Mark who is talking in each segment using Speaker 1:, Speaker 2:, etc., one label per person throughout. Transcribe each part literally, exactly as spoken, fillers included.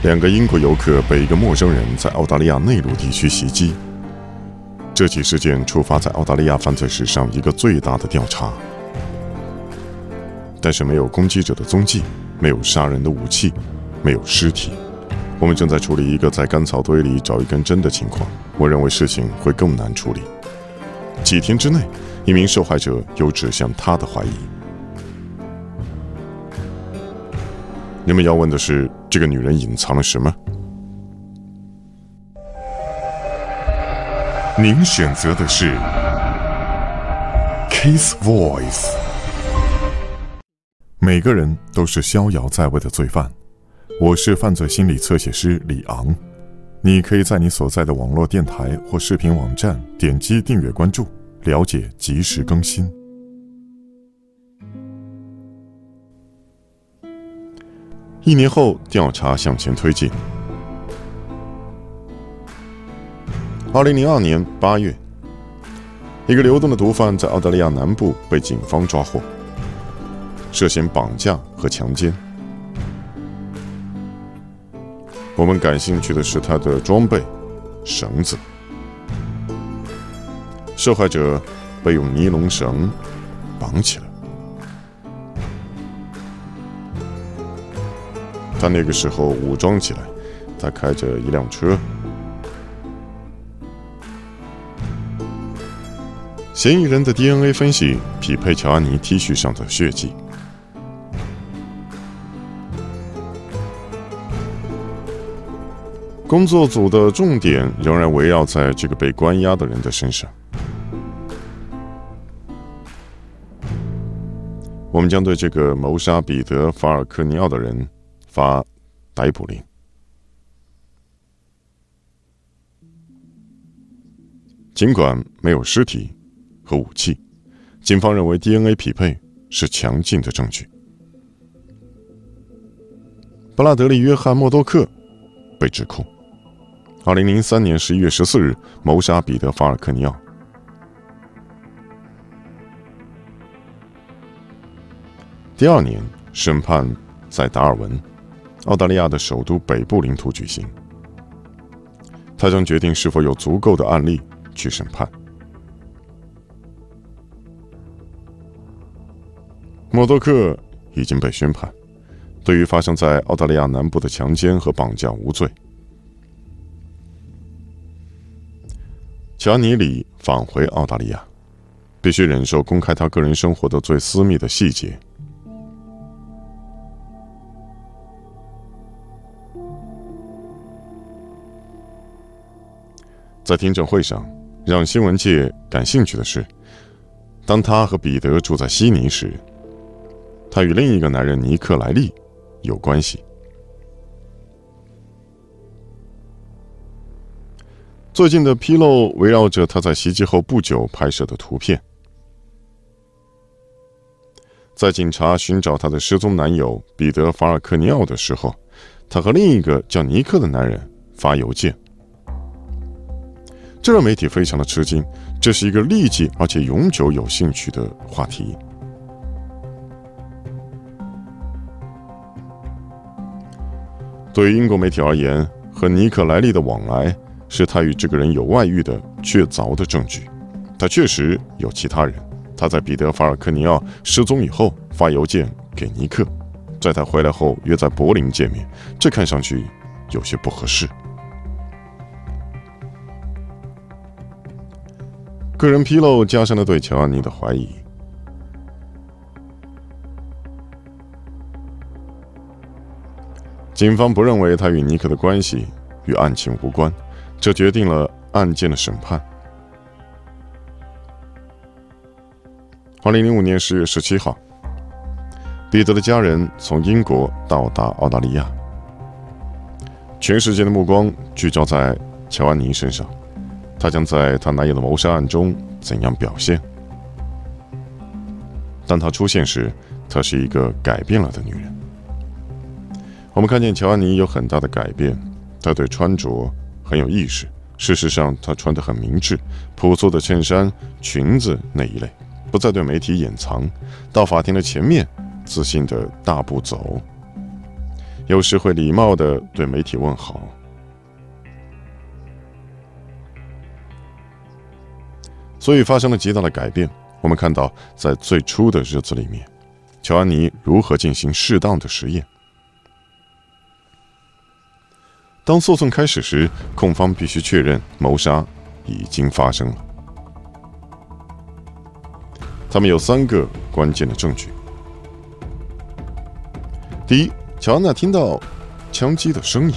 Speaker 1: 两个英国游客被一个陌生人在澳大利亚内陆地区袭击。这起事件触发在澳大利亚犯罪史上一个最大的调查，但是没有攻击者的踪迹，没有杀人的武器，没有尸体。我们正在处理一个在干草堆里找一根针的情况，我认为事情会更难处理。几天之内，一名受害者有指向他的怀疑。你们要问的是，这个女人隐藏了什么？您选择的是 Case Voice。 每个人都是逍遥在位的罪犯。我是犯罪心理侧写师李昂。你可以在你所在的网络电台或视频网站点击订阅关注，了解及时更新。一年后，调查向前推进。二零零二年八月，一个流动的毒贩在澳大利亚南部被警方抓获，涉嫌绑架和强奸。我们感兴趣的是他的装备——绳子。受害者被用尼龙绳绑起来。他那个时候武装起来，他开着一辆车。嫌疑人的 D N A 分析匹配乔安妮 T 恤上的血迹。工作组的重点仍然围绕在这个被关押的人的身上。我们将对这个谋杀彼得·法尔科尼奥的人发逮捕令。尽管没有尸体和武器，警方认为 D N A 匹配是强劲的证据。布拉德利·约翰·默多克被指控二零零三年十一月十四日谋杀彼得·法尔科尼奥。第二年，审判在达尔文，澳大利亚的首都北部领土举行。他将决定是否有足够的案例去审判。默多克已经被宣判，对于发生在澳大利亚南部的强奸和绑架无罪。乔安妮里返回澳大利亚，必须忍受公开他个人生活的最私密的细节。在听证会上，让新闻界感兴趣的是，当他和彼得住在悉尼时，他与另一个男人尼克莱利有关系。最近的披露围绕着他在袭击后不久拍摄的图片。在警察寻找他的失踪男友彼得·法尔科尼奥的时候，他和另一个叫尼克的男人发邮件。这让媒体非常的吃惊，这是一个立即而且永久有兴趣的话题。对于英国媒体而言，和尼克莱利的往来是他与这个人有外遇的确凿的证据。他确实有其他人。他在彼得·法尔科尼奥失踪以后发邮件给尼克，在他回来后约在柏林见面，这看上去有些不合适。个人披露加深了对乔安妮的怀疑。警方不认为他与尼克的关系与案情无关，这决定了案件的审判。二零零五年十月十七号，彼得的家人从英国到达澳大利亚，全世界的目光聚焦在乔安妮身上。她将在她男友的谋杀案中怎样表现？当她出现时，她是一个改变了的女人。我们看见乔安妮有很大的改变，她对穿着很有意识。事实上，她穿得很明智，朴素的衬衫、裙子那一类，不再对媒体掩藏。到法庭的前面，自信地大步走。 有时会礼貌地对媒体问好。所以发生了极大的改变。我们看到，在最初的日子里面，乔安妮如何进行适当的实验。当诉讼开始时，控方必须确认谋杀已经发生了。他们有三个关键的证据。第一，乔安娜听到枪击的声音，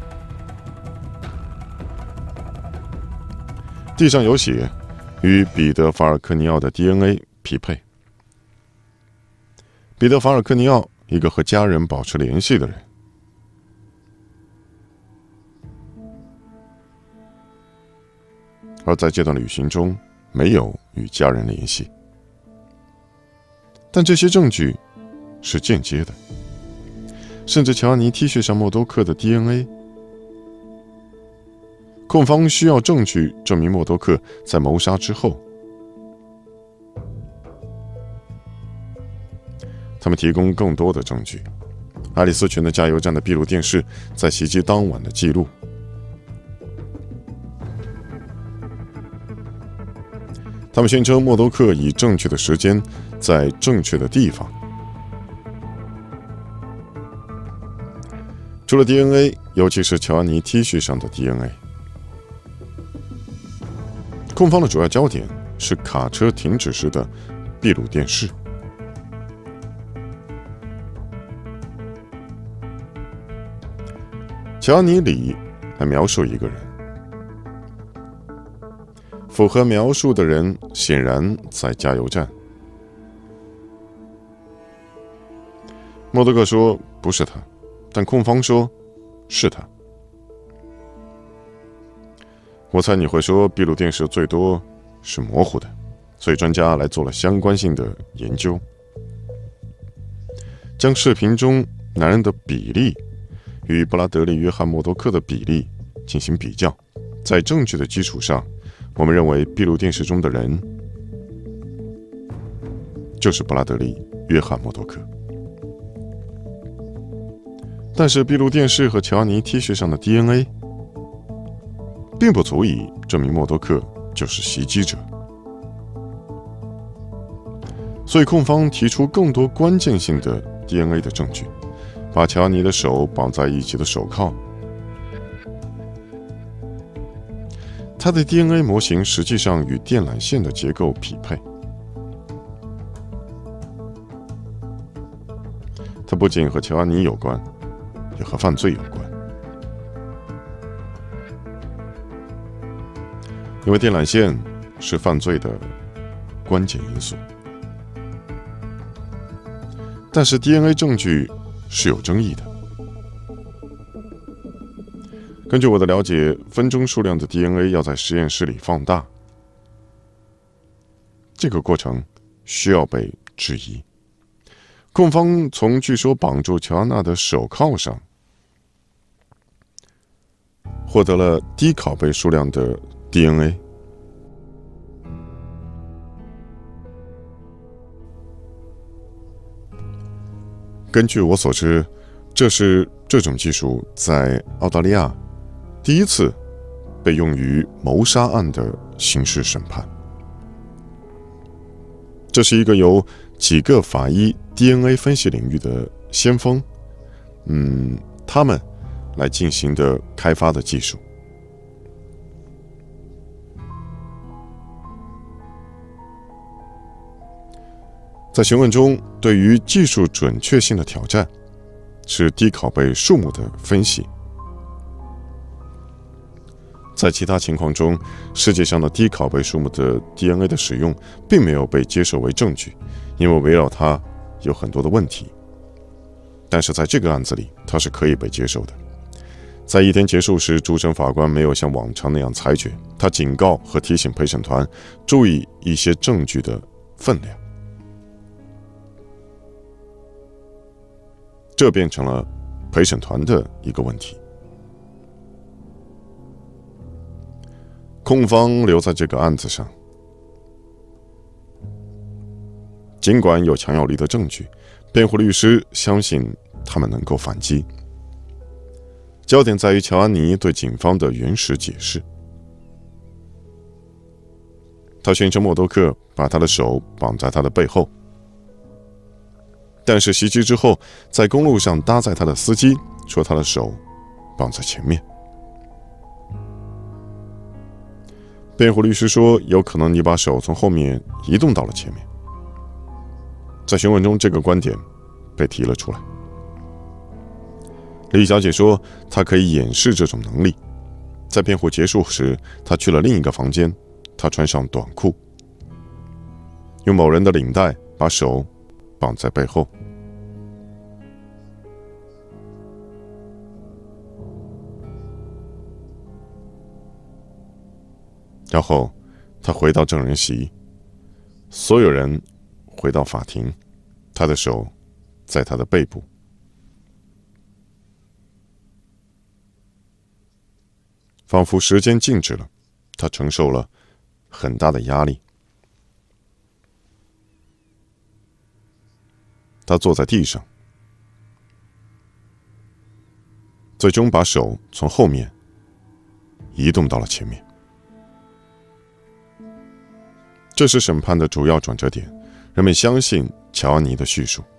Speaker 1: 地上有血，与彼得·法尔科尼奥的 D N A 匹配。彼得·法尔科尼奥，一个和家人保持联系的人，而在这段旅行中没有与家人联系。但这些证据是间接的，甚至乔安妮 T 恤上默多克的 D N A， 控方需要证据证明默多克在谋杀之后。他们提供更多的证据，爱丽丝泉的加油站的闭路电视在袭击当晚的记录，他们宣称默多克以正确的时间在正确的地方。除了 D N A， 尤其是乔安妮 T 恤上的 D N A， 控方的主要焦点是卡车停止时的闭路电视。乔安妮里来描述一个人，符合描述的人显然在加油站。默多克说不是他，但控方说是他。我猜你会说闭路电视最多是模糊的，所以专家来做了相关性的研究，将视频中男人的比例与布拉德利·约翰·默多克的比例进行比较。在证据的基础上，我们认为闭路电视中的人就是布拉德利·约翰·默多克。但是闭路电视和乔安妮 T 恤上的 D N A 并不足以证明默多克就是袭击者，所以控方提出更多关键性的 D N A 的证据，把乔安妮的手绑在一起的手铐。它的 D N A 模型实际上与电缆线的结构匹配。它不仅和乔安妮有关，也和犯罪有关。因为电缆线是犯罪的关键因素。但是 D N A 证据是有争议的。根据我的了解，分钟数量的 D N A 要在实验室里放大，这个过程需要被质疑。控方从据说绑住乔安娜的手铐上获得了低拷贝数量的 D N A。根据我所知，这是这种技术在澳大利亚第一次被用于谋杀案的刑事审判。这是一个由几个法医 D N A 分析领域的先锋，嗯，他们来进行的开发的技术。在询问中，对于技术准确性的挑战是低拷贝数目的分析。在其他情况中，世界上的低拷贝数目的 D N A 的使用并没有被接受为证据，因为围绕它有很多的问题。但是在这个案子里，它是可以被接受的。在一天结束时，主审法官没有像往常那样裁决，他警告和提醒陪审团注意一些证据的分量。这变成了陪审团的一个问题。控方留在这个案子上，尽管有强有力的证据，辩护律师相信他们能够反击。 焦点在于乔安妮对警方的原始解释。他宣称默多克把他的手绑在他的背后，但是袭击之后，在公路上搭载他的司机说他的手绑在前面。辩护律师说，有可能你把手从后面移动到了前面。在询问中，这个观点被提了出来。李小姐说，她可以掩饰这种能力。在辩护结束时，她去了另一个房间，她穿上短裤，用某人的领带把手绑在背后。然后他回到证人席，所有人回到法庭，他的手在他的背部。仿佛时间静止了，他承受了很大的压力。他坐在地上，最终把手从后面移动到了前面。这是审判的主要转折点，人们相信乔安妮的叙述。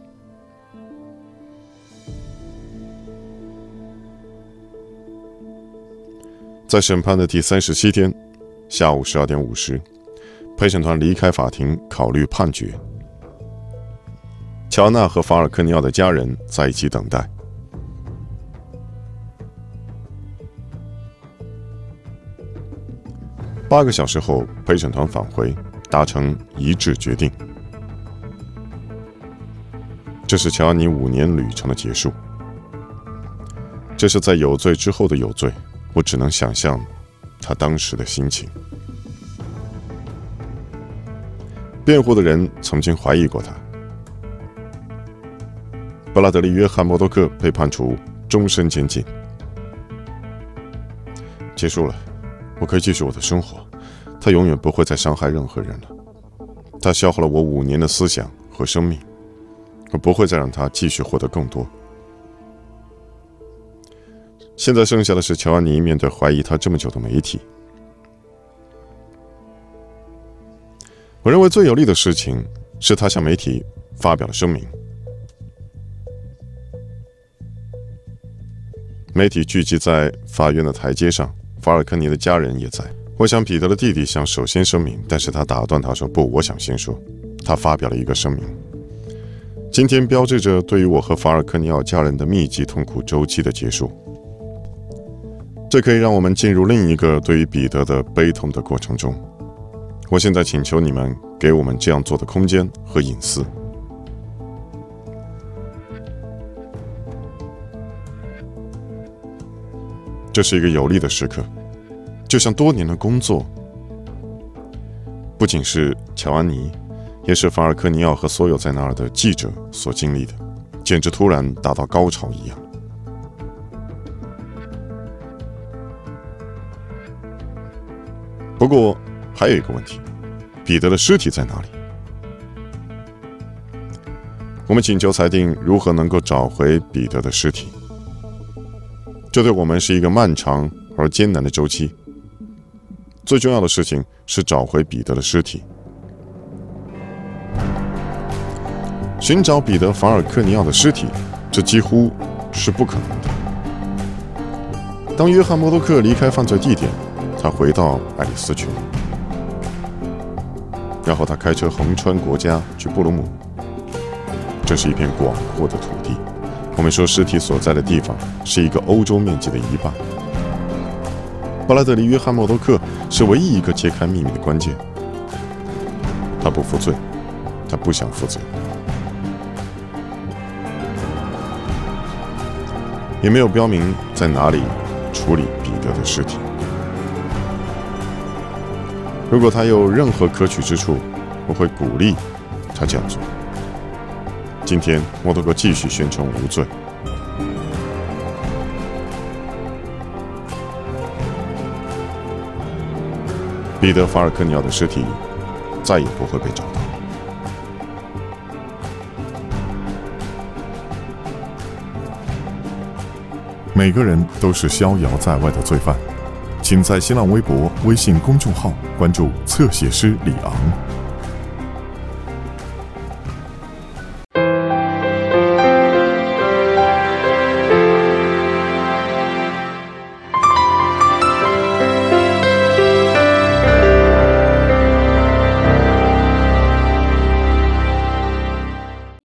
Speaker 1: 在审判的第三十七天下午十二点五十，陪审团离开法庭考虑判决。乔娜和法尔科尼奥的家人在一起等待。八个小时后，陪审团返回，达成一致决定。这是乔安妮五年旅程的结束。这是在有罪之后的有罪，我只能想象他当时的心情。辩护的人曾经怀疑过他。布拉德利·约翰·默多克被判处终身监禁。结束了，我可以继续我的生活，他永远不会再伤害任何人了。他消耗了我五年的思想和生命，我不会再让他继续获得更多。现在剩下的是乔安妮面对怀疑他这么久的媒体。我认为最有利的事情是他向媒体发表了声明。媒体聚集在法院的台阶上，法尔科尼的家人也在。我想彼得的弟弟想首先声明，但是他打断他说，不，我想先说。他发表了一个声明。今天标志着对于我和法尔科尼奥家人的密集痛苦周期的结束。这可以让我们进入另一个对于彼得的悲痛的过程中。我现在请求你们给我们这样做的空间和隐私。这是一个有利的时刻，就像多年的工作，不仅是乔安妮，也是法尔科尼奥和所有在那儿的记者所经历的，简直突然达到高潮一样。不过还有一个问题，彼得的尸体在哪里？我们请求裁定如何能够找回彼得的尸体。这对我们是一个漫长而艰难的周期。最重要的事情是找回彼得的尸体。寻找彼得·法尔科尼奥的尸体，这几乎是不可能的。当约翰·默多克离开犯罪地点，他回到爱丽丝群，然后他开车横穿国家去布鲁姆。这是一片广阔的土地。我们说尸体所在的地方是一个欧洲面积的一半。布拉德利·约翰·默多克是唯一一个揭开秘密的关键。他不负罪，他不想负责，也没有标明在哪里处理彼得的尸体。如果他有任何可取之处，我会鼓励他这样做。今天，默多克继续宣称无罪。彼得·法尔科尼奥的尸体再也不会被找到。
Speaker 2: 每个人都是逍遥在外的罪犯。请在新浪微博、微信公众号关注侧写师李昂。